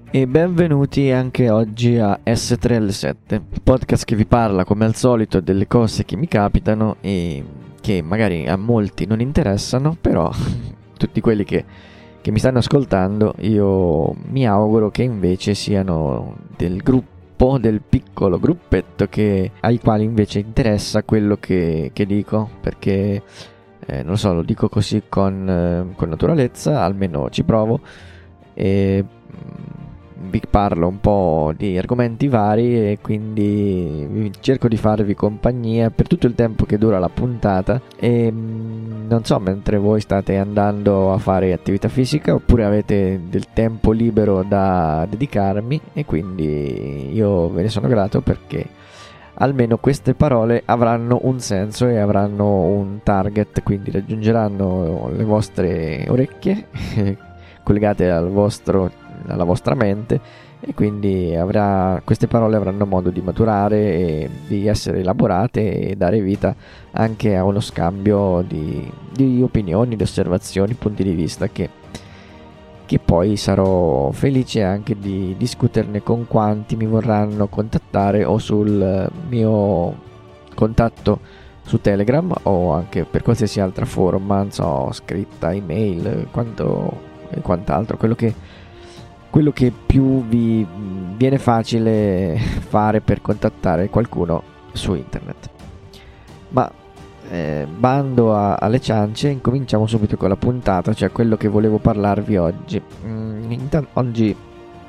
E benvenuti anche oggi a S3L7, il podcast che vi parla come al solito delle cose che mi capitano e che magari a molti non interessano, però tutti quelli che mi stanno ascoltando io mi auguro che invece siano del gruppo, del piccolo gruppetto ai quali invece interessa quello che dico, perché non lo so, lo dico così con naturalezza, almeno ci provo e vi parlo un po' di argomenti vari e quindi cerco di farvi compagnia per tutto il tempo che dura la puntata e non so, mentre voi state andando a fare attività fisica oppure avete del tempo libero da dedicarmi, e quindi io ve ne sono grato perché almeno queste parole avranno un senso e avranno un target, quindi raggiungeranno le vostre orecchie collegate alla vostra mente, e quindi queste parole avranno modo di maturare e di essere elaborate e dare vita anche a uno scambio di opinioni, di osservazioni, punti di vista che poi sarò felice anche di discuterne con quanti mi vorranno contattare o sul mio contatto su Telegram o anche per qualsiasi altra forma, non so, scritta, email, e quant'altro, quello che più vi viene facile fare per contattare qualcuno su internet. Ma bando alle ciance, incominciamo subito con la puntata, cioè quello che volevo parlarvi oggi. Oggi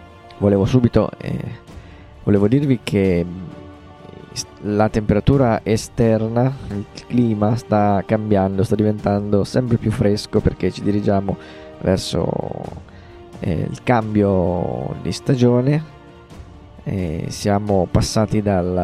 volevo dirvi che la temperatura esterna, il clima sta cambiando, sta diventando sempre più fresco perché ci dirigiamo verso il cambio di stagione. Siamo passati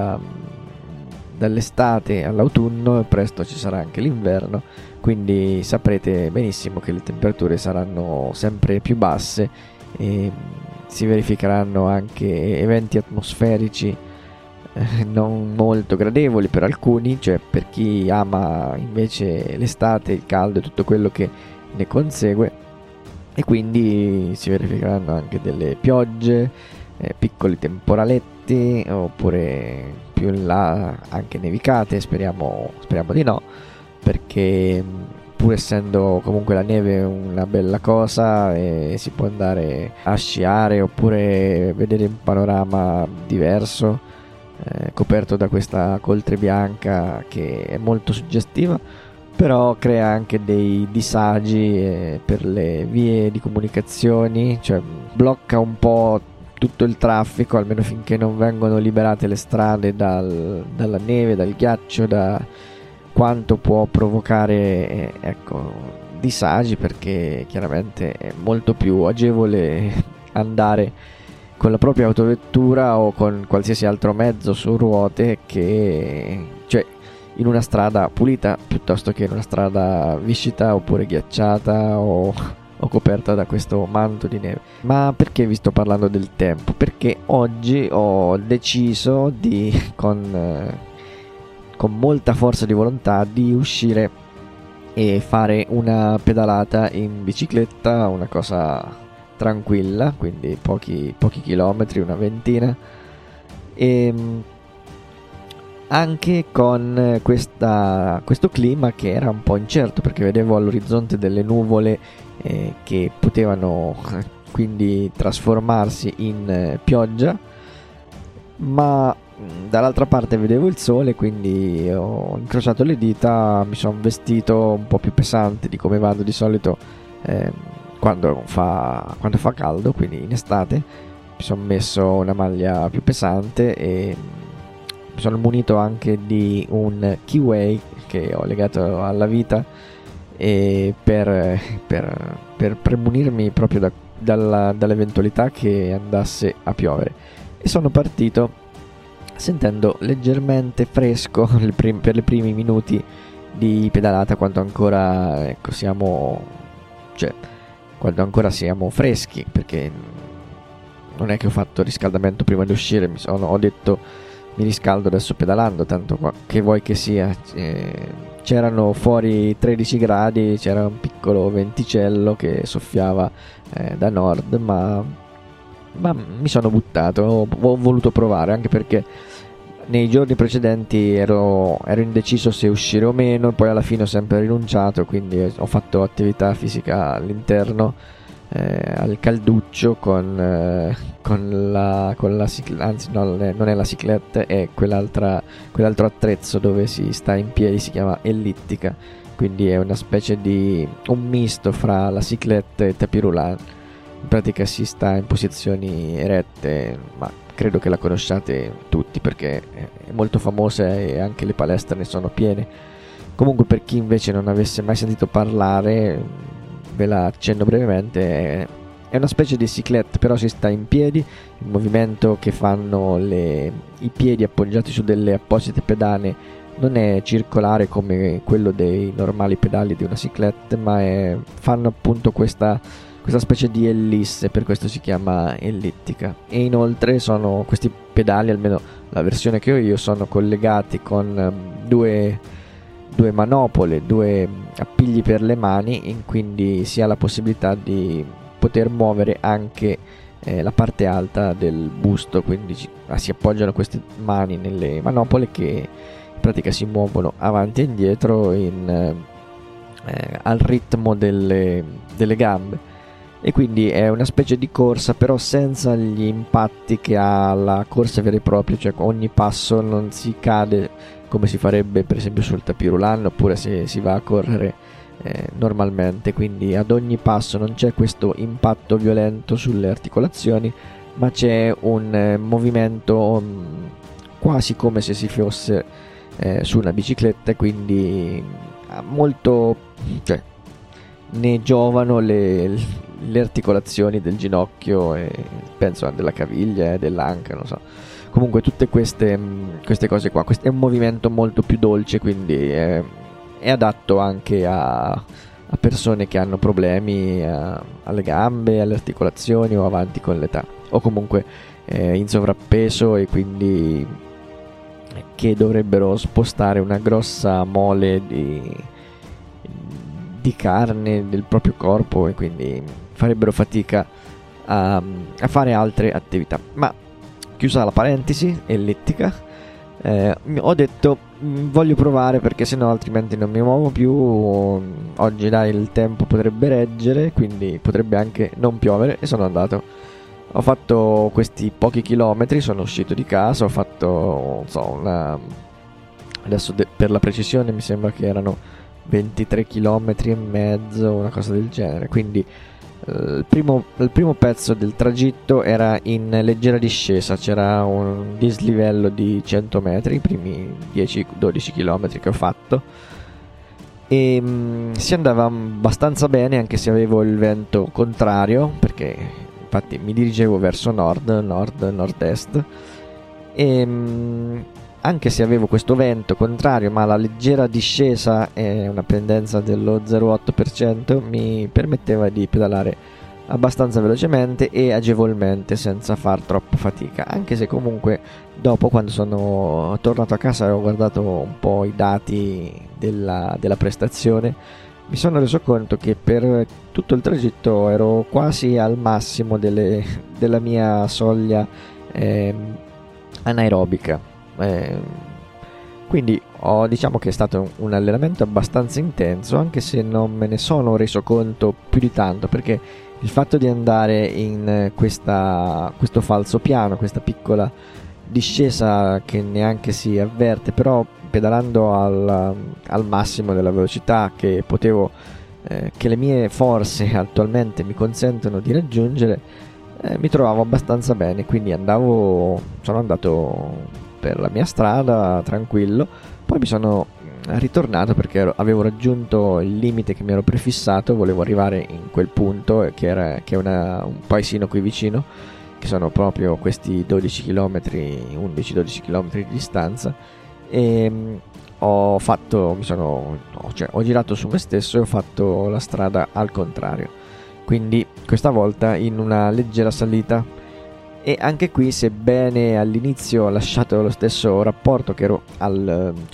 dall'estate all'autunno e presto ci sarà anche l'inverno, quindi saprete benissimo che le temperature saranno sempre più basse e si verificheranno anche eventi atmosferici non molto gradevoli per alcuni, cioè per chi ama invece l'estate, il caldo e tutto quello che ne consegue, e quindi si verificheranno anche delle piogge, piccoli temporaletti oppure più in là anche nevicate. Speriamo di no, perché pur essendo comunque la neve una bella cosa e si può andare a sciare oppure vedere un panorama diverso coperto da questa coltre bianca che è molto suggestiva, però crea anche dei disagi per le vie di comunicazioni, cioè blocca un po' tutto il traffico, almeno finché non vengono liberate le strade dalla neve, dal ghiaccio, da quanto può provocare disagi, perché chiaramente è molto più agevole andare con la propria autovettura o con qualsiasi altro mezzo su ruote in una strada pulita piuttosto che in una strada viscida oppure ghiacciata o coperta da questo manto di neve. Ma perché vi sto parlando del tempo? Perché oggi ho deciso con molta forza di volontà di uscire e fare una pedalata in bicicletta, una cosa tranquilla, quindi pochi chilometri, una ventina, e anche con questo clima che era un po' incerto, perché vedevo all'orizzonte delle nuvole che potevano quindi trasformarsi in pioggia, ma dall'altra parte vedevo il sole, quindi ho incrociato le dita, mi sono vestito un po' più pesante di come vado di solito quando fa caldo, quindi in estate. Mi sono messo una maglia più pesante e mi sono munito anche di un keyway che ho legato alla vita e per premunirmi proprio dall'eventualità che andasse a piovere, e sono partito sentendo leggermente fresco per i primi minuti di pedalata, quando ancora quando ancora siamo freschi, perché non è che ho fatto riscaldamento prima di uscire, ho detto mi riscaldo adesso pedalando, tanto che vuoi che sia. C'erano fuori 13 gradi, c'era un piccolo venticello che soffiava da nord, ma ma mi sono buttato, ho voluto provare, anche perché nei giorni precedenti ero indeciso se uscire o meno, poi alla fine ho sempre rinunciato, quindi ho fatto attività fisica all'interno, al calduccio con la anzi no, non è la cyclette, è quell'altro attrezzo dove si sta in piedi, si chiama ellittica, quindi è una specie di un misto fra la cyclette e tapis roulant. In pratica si sta in posizioni erette, ma credo che la conosciate tutti perché è molto famosa e anche le palestre ne sono piene. Comunque, per chi invece non avesse mai sentito parlare, ve la accenno brevemente. È una specie di cyclette, però si sta in piedi. Il movimento che fanno i piedi appoggiati su delle apposite pedane non è circolare come quello dei normali pedali di una cyclette, ma fanno appunto questa specie di ellisse, per questo si chiama ellittica. E inoltre questi pedali, almeno la versione che ho io, sono collegati con due manopole, due appigli per le mani, quindi si ha la possibilità di poter muovere anche la parte alta del busto, quindi si appoggiano queste mani nelle manopole che in pratica si muovono avanti e indietro al ritmo delle gambe. E quindi è una specie di corsa, però senza gli impatti che ha la corsa vera e propria, cioè ogni passo non si cade come si farebbe per esempio sul tapis roulant, oppure se si va a correre normalmente, quindi ad ogni passo non c'è questo impatto violento sulle articolazioni, ma c'è un movimento quasi come se si fosse su una bicicletta, quindi molto, cioè, ne giovano le articolazioni del ginocchio e penso della caviglia e dell'anca, non so. Comunque tutte queste cose qua. Questo è un movimento molto più dolce, quindi è adatto anche a persone che hanno problemi alle gambe, alle articolazioni, o avanti con l'età, o comunque in sovrappeso, e quindi che dovrebbero spostare una grossa mole di carne del proprio corpo, e quindi farebbero fatica a fare altre attività. Ma chiusa la parentesi ellittica, ho detto voglio provare, perché sennò altrimenti non mi muovo più. Oggi dai, il tempo potrebbe reggere, quindi potrebbe anche non piovere, e sono andato. Ho fatto questi pochi chilometri, sono uscito di casa, ho fatto, non so, adesso per la precisione mi sembra che erano 23 km e mezzo, una cosa del genere. Quindi il primo pezzo del tragitto era in leggera discesa, c'era un dislivello di 100 metri, i primi 10-12 km che ho fatto, e si andava abbastanza bene, anche se avevo il vento contrario, perché infatti mi dirigevo verso nord-est, e anche se avevo questo vento contrario, ma la leggera discesa e una pendenza dello 0,8% mi permetteva di pedalare abbastanza velocemente e agevolmente, senza far troppa fatica. Anche se comunque dopo, quando sono tornato a casa e ho guardato un po' i dati della prestazione, mi sono reso conto che per tutto il tragitto ero quasi al massimo della mia soglia anaerobica. Quindi diciamo che è stato un allenamento abbastanza intenso, anche se non me ne sono reso conto più di tanto, perché il fatto di andare in questo falso piano, questa piccola discesa che neanche si avverte, però pedalando al massimo della velocità che potevo, che le mie forze attualmente mi consentono di raggiungere, mi trovavo abbastanza bene. Quindi sono andato per la mia strada tranquillo, poi mi sono ritornato perché avevo raggiunto il limite che mi ero prefissato. Volevo arrivare in quel punto che è un paesino qui vicino, che sono proprio questi 12 km, 11-12 km di distanza, e ho girato su me stesso e ho fatto la strada al contrario, quindi questa volta in una leggera salita. E anche qui, sebbene all'inizio ho lasciato lo stesso rapporto che ero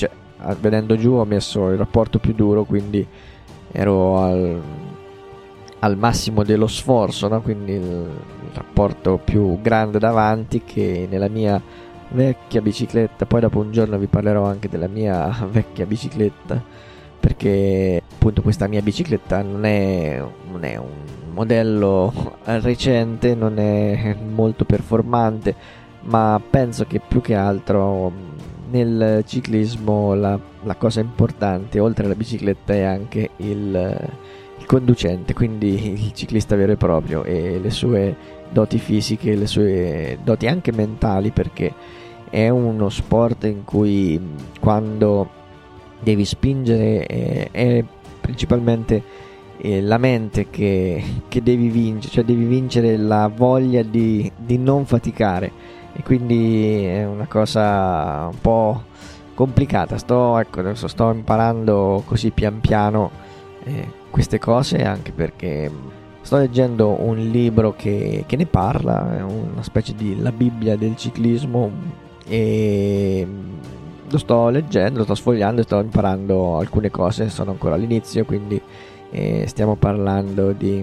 venendo giù, ho messo il rapporto più duro, quindi ero al massimo dello sforzo, no? Quindi il rapporto più grande davanti, che nella mia vecchia bicicletta. Poi dopo un giorno vi parlerò anche della mia vecchia bicicletta, perché appunto questa mia bicicletta non è un modello recente, non è molto performante, ma penso che più che altro nel ciclismo la cosa importante, oltre alla bicicletta, è anche il conducente, quindi il ciclista vero e proprio, e le sue doti fisiche, le sue doti anche mentali, perché è uno sport in cui quando devi spingere è principalmente la mente che devi vincere, cioè devi vincere la voglia di non faticare, e quindi è una cosa un po' complicata. Sto imparando così pian piano queste cose, anche perché sto leggendo un libro che ne parla, è una specie di la Bibbia del ciclismo, e lo sto leggendo, lo sto sfogliando e sto imparando alcune cose. Sono ancora all'inizio, quindi stiamo parlando di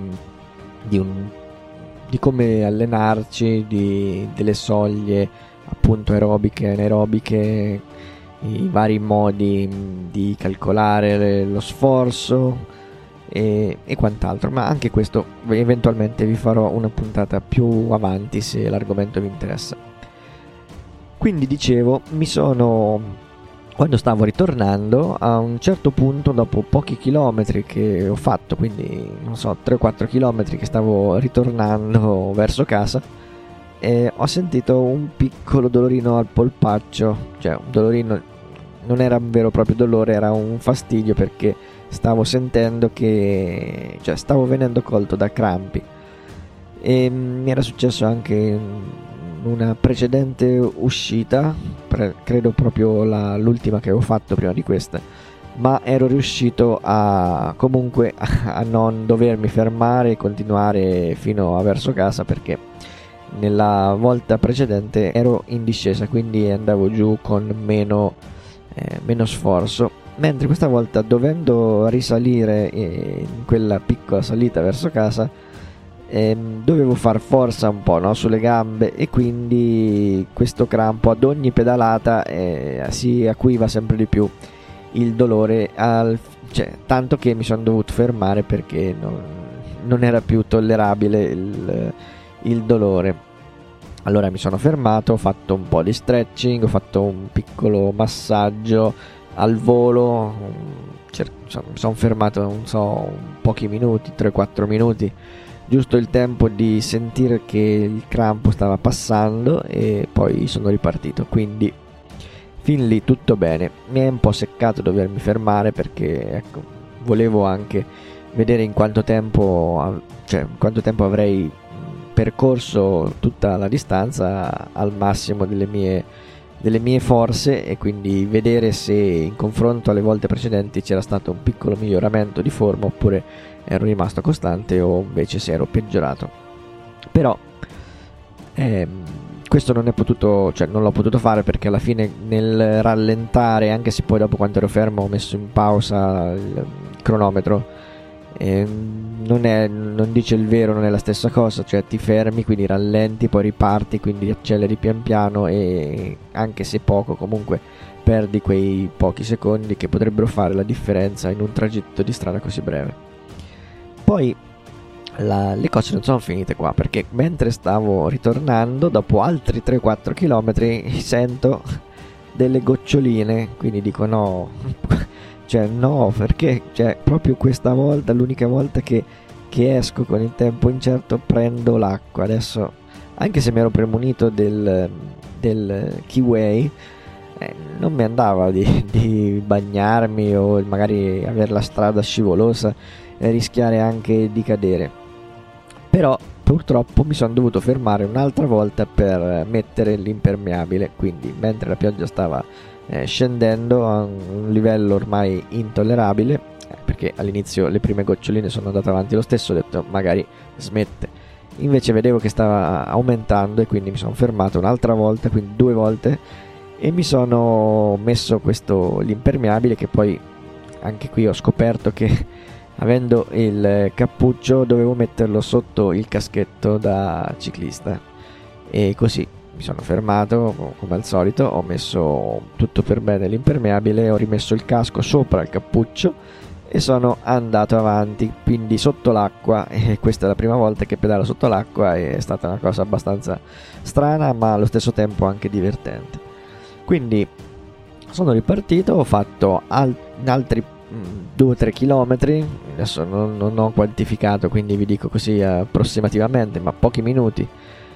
come allenarci, delle soglie appunto aerobiche, anaerobiche, i vari modi di calcolare lo sforzo e quant'altro, ma anche questo eventualmente vi farò una puntata più avanti se l'argomento vi interessa. Quindi dicevo, quando stavo ritornando, a un certo punto, dopo pochi chilometri che ho fatto, quindi non so, 3-4 chilometri che stavo ritornando verso casa, ho sentito un piccolo dolorino al polpaccio, cioè un dolorino, non era un vero e proprio dolore, era un fastidio, perché stavo sentendo che, cioè stavo venendo colto da crampi, e mi era successo anche in una precedente uscita, credo proprio l'ultima che avevo fatto prima di questa, ma ero riuscito comunque a non dovermi fermare e continuare fino a verso casa, perché nella volta precedente ero in discesa, quindi andavo giù con meno sforzo, mentre questa volta, dovendo risalire in quella piccola salita verso casa, dovevo far forza un po', no, sulle gambe, e quindi questo crampo ad ogni pedalata si acuiva sempre di più il dolore, tanto che mi sono dovuto fermare perché non era più tollerabile il dolore. Allora mi sono fermato, ho fatto un po' di stretching, ho fatto un piccolo massaggio al volo, mi sono fermato, non so, pochi minuti, 3-4 minuti, giusto il tempo di sentire che il crampo stava passando, e poi sono ripartito. Quindi fin lì tutto bene. Mi è un po' seccato dovermi fermare, perché ecco, volevo anche vedere in quanto tempo avrei percorso tutta la distanza al massimo delle mie forze, e quindi vedere se in confronto alle volte precedenti c'era stato un piccolo miglioramento di forma, oppure ero rimasto costante, o invece se ero peggiorato. Però questo non l'ho potuto fare, perché alla fine, nel rallentare, anche se poi dopo, quando ero fermo, ho messo in pausa il cronometro, non dice il vero, non è la stessa cosa, cioè ti fermi, quindi rallenti, poi riparti, quindi acceleri pian piano, e anche se poco, comunque perdi quei pochi secondi che potrebbero fare la differenza in un tragitto di strada così breve. Poi le cose non sono finite qua, perché mentre stavo ritornando, dopo altri 3-4 km, sento delle goccioline, quindi dico no, cioè no, perché proprio questa volta, l'unica volta che esco con il tempo incerto, prendo l'acqua. Adesso, anche se mi ero premunito del Keyway, non mi andava di bagnarmi, o magari avere la strada scivolosa e rischiare anche di cadere. Però purtroppo mi sono dovuto fermare un'altra volta per mettere l'impermeabile, quindi mentre la pioggia stava scendendo a un livello ormai intollerabile, perché all'inizio le prime goccioline sono andate avanti lo stesso, ho detto magari smette, invece vedevo che stava aumentando, e quindi mi sono fermato un'altra volta, quindi 2 volte, e mi sono messo l'impermeabile, che poi anche qui ho scoperto che avendo il cappuccio dovevo metterlo sotto il caschetto da ciclista, e così mi sono fermato come al solito, ho messo tutto per bene l'impermeabile, ho rimesso il casco sopra il cappuccio e sono andato avanti, quindi sotto l'acqua, e questa è la prima volta che pedalo sotto l'acqua, e è stata una cosa abbastanza strana ma allo stesso tempo anche divertente. Quindi sono ripartito, ho fatto altri 2-3 chilometri, adesso non ho quantificato, quindi vi dico così approssimativamente, ma pochi minuti,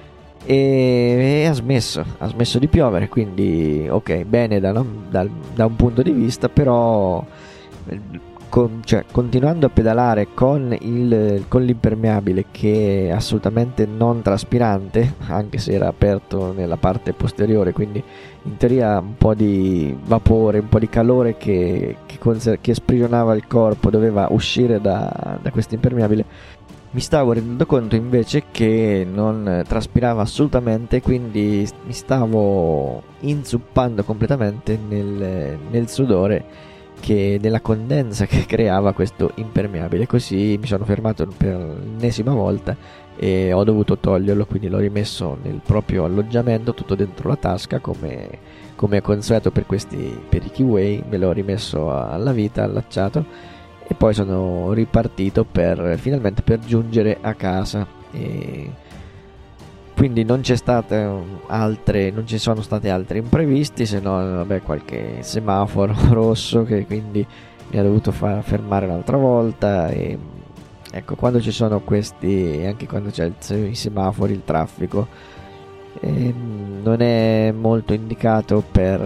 e ha smesso di piovere, quindi ok, bene da un punto di vista, però continuando a pedalare con l'impermeabile, che è assolutamente non traspirante, anche se era aperto nella parte posteriore, quindi in teoria un po' di vapore, un po' di calore che sprigionava il corpo doveva uscire da questo impermeabile. Mi stavo rendendo conto invece che non traspirava assolutamente, quindi mi stavo inzuppando completamente nel sudore, nella condensa che creava questo impermeabile. Così mi sono fermato per l'ennesima volta e ho dovuto toglierlo, quindi l'ho rimesso nel proprio alloggiamento, tutto dentro la tasca, come è consueto per i Kiwi. Me l'ho rimesso alla vita, allacciato, e poi sono ripartito finalmente per giungere a casa. E quindi non ci sono state altre imprevisti, se no vabbè, qualche semaforo rosso che quindi mi ha dovuto far fermare un'altra volta. E ecco, quando ci sono questi, anche quando c'è i semafori, il traffico non è molto indicato per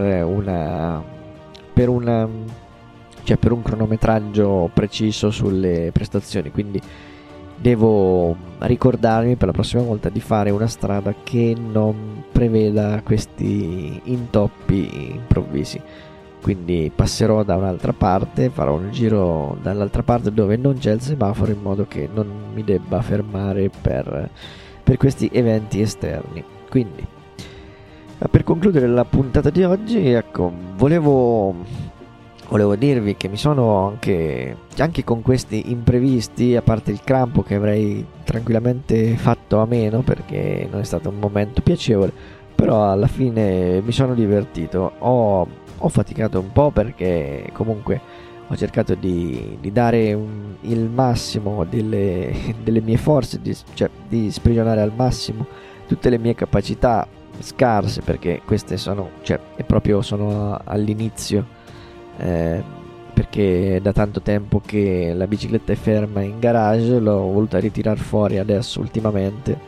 un cronometraggio preciso sulle prestazioni, quindi devo ricordarmi per la prossima volta di fare una strada che non preveda questi intoppi improvvisi. Quindi passerò da un'altra parte, farò un giro dall'altra parte dove non c'è il semaforo, in modo che non mi debba fermare per questi eventi esterni. Quindi, per concludere la puntata di oggi, ecco, volevo dirvi che mi sono anche con questi imprevisti, a parte il crampo che avrei tranquillamente fatto a meno perché non è stato un momento piacevole, però alla fine mi sono divertito. Ho faticato un po' perché comunque ho cercato di dare il massimo delle mie forze, di sprigionare al massimo tutte le mie capacità scarse, perché queste sono all'inizio, perché è da tanto tempo che la bicicletta è ferma in garage. L'ho voluta ritirare fuori adesso ultimamente,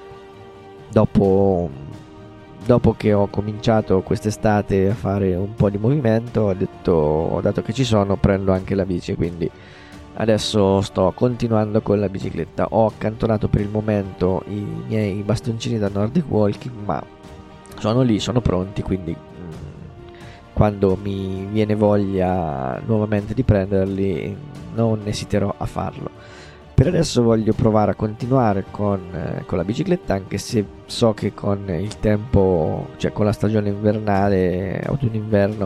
dopo che ho cominciato quest'estate a fare un po' di movimento. Ho detto, dato che ci sono, prendo anche la bici, quindi adesso sto continuando con la bicicletta. Ho accantonato per il momento i miei bastoncini da Nordic Walking, ma sono lì, sono pronti, quindi quando mi viene voglia nuovamente di prenderli non esiterò a farlo. Per adesso voglio provare a continuare con la bicicletta, anche se so che con il tempo, con la stagione invernale, autunno-inverno,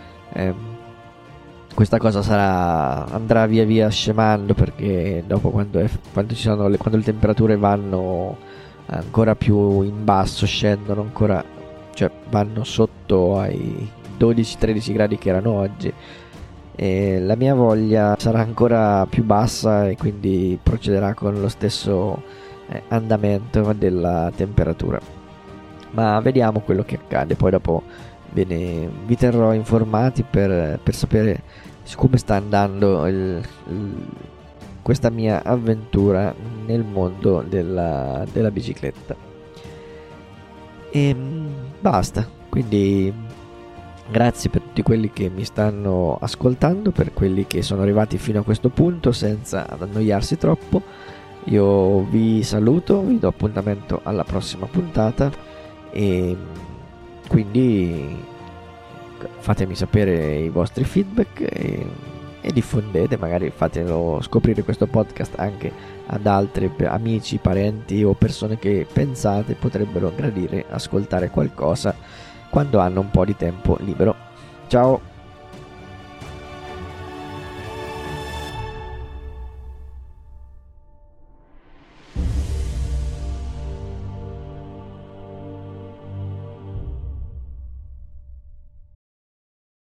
questa cosa andrà via via scemando, perché dopo quando le temperature vanno ancora più in basso, scendono ancora, vanno sotto ai 12-13 gradi che erano oggi, e la mia voglia sarà ancora più bassa, e quindi procederà con lo stesso andamento della temperatura. Ma vediamo quello che accade, poi dopo vi terrò informati per sapere come sta andando questa mia avventura nel mondo della bicicletta. E basta, quindi grazie per tutti quelli che mi stanno ascoltando, per quelli che sono arrivati fino a questo punto senza annoiarsi troppo. Io vi saluto, vi do appuntamento alla prossima puntata, e quindi fatemi sapere i vostri feedback e diffondete, magari fatelo scoprire questo podcast anche ad altri amici, parenti o persone che pensate potrebbero gradire ascoltare qualcosa quando hanno un po' di tempo libero. Ciao!